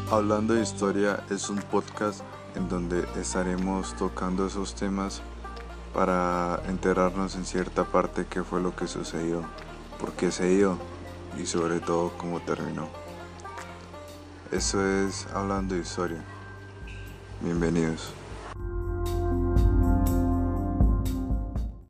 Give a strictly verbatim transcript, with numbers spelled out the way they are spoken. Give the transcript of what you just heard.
Hablando de historia es un podcast en donde estaremos tocando esos temas para enterarnos en cierta parte qué fue lo que sucedió, por qué se dio y sobre todo cómo terminó. Eso es Hablando de historia. Bienvenidos.